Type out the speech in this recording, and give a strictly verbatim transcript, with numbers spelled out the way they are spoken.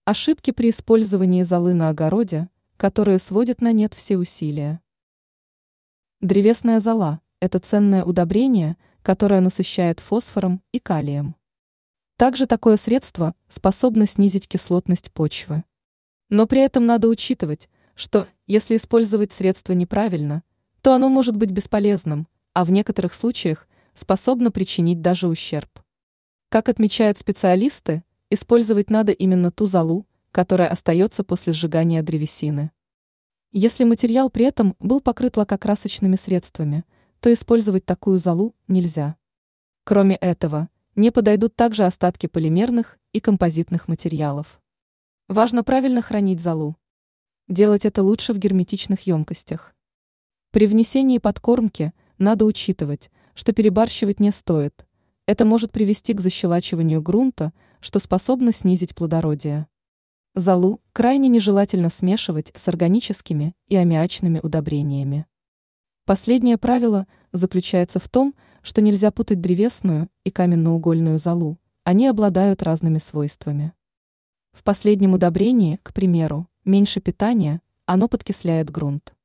Ошибки при использовании золы на огороде, которые сводят на нет все усилия. Древесная зола– это ценное удобрение, которое насыщает фосфором и калием. Также такое средство способно снизить кислотность почвы. Но при этом надо учитывать, что, если использовать средство неправильно, то оно может быть бесполезным, а в некоторых случаях способно причинить даже ущерб. Как отмечают специалисты, использовать надо именно ту золу, которая остается после сжигания древесины. Если материал при этом был покрыт лакокрасочными средствами, то использовать такую золу нельзя. Кроме этого, не подойдут также остатки полимерных и композитных материалов. Важно правильно хранить золу. Делать это лучше в герметичных емкостях. При внесении подкормки надо учитывать, что перебарщивать не стоит. Это может привести к защелачиванию грунта, что способно снизить плодородие. Золу крайне нежелательно смешивать с органическими и аммиачными удобрениями. Последнее правило заключается в том, что нельзя путать древесную и каменноугольную золу, они обладают разными свойствами. В последнем удобрении, к примеру, меньше питания, оно подкисляет грунт.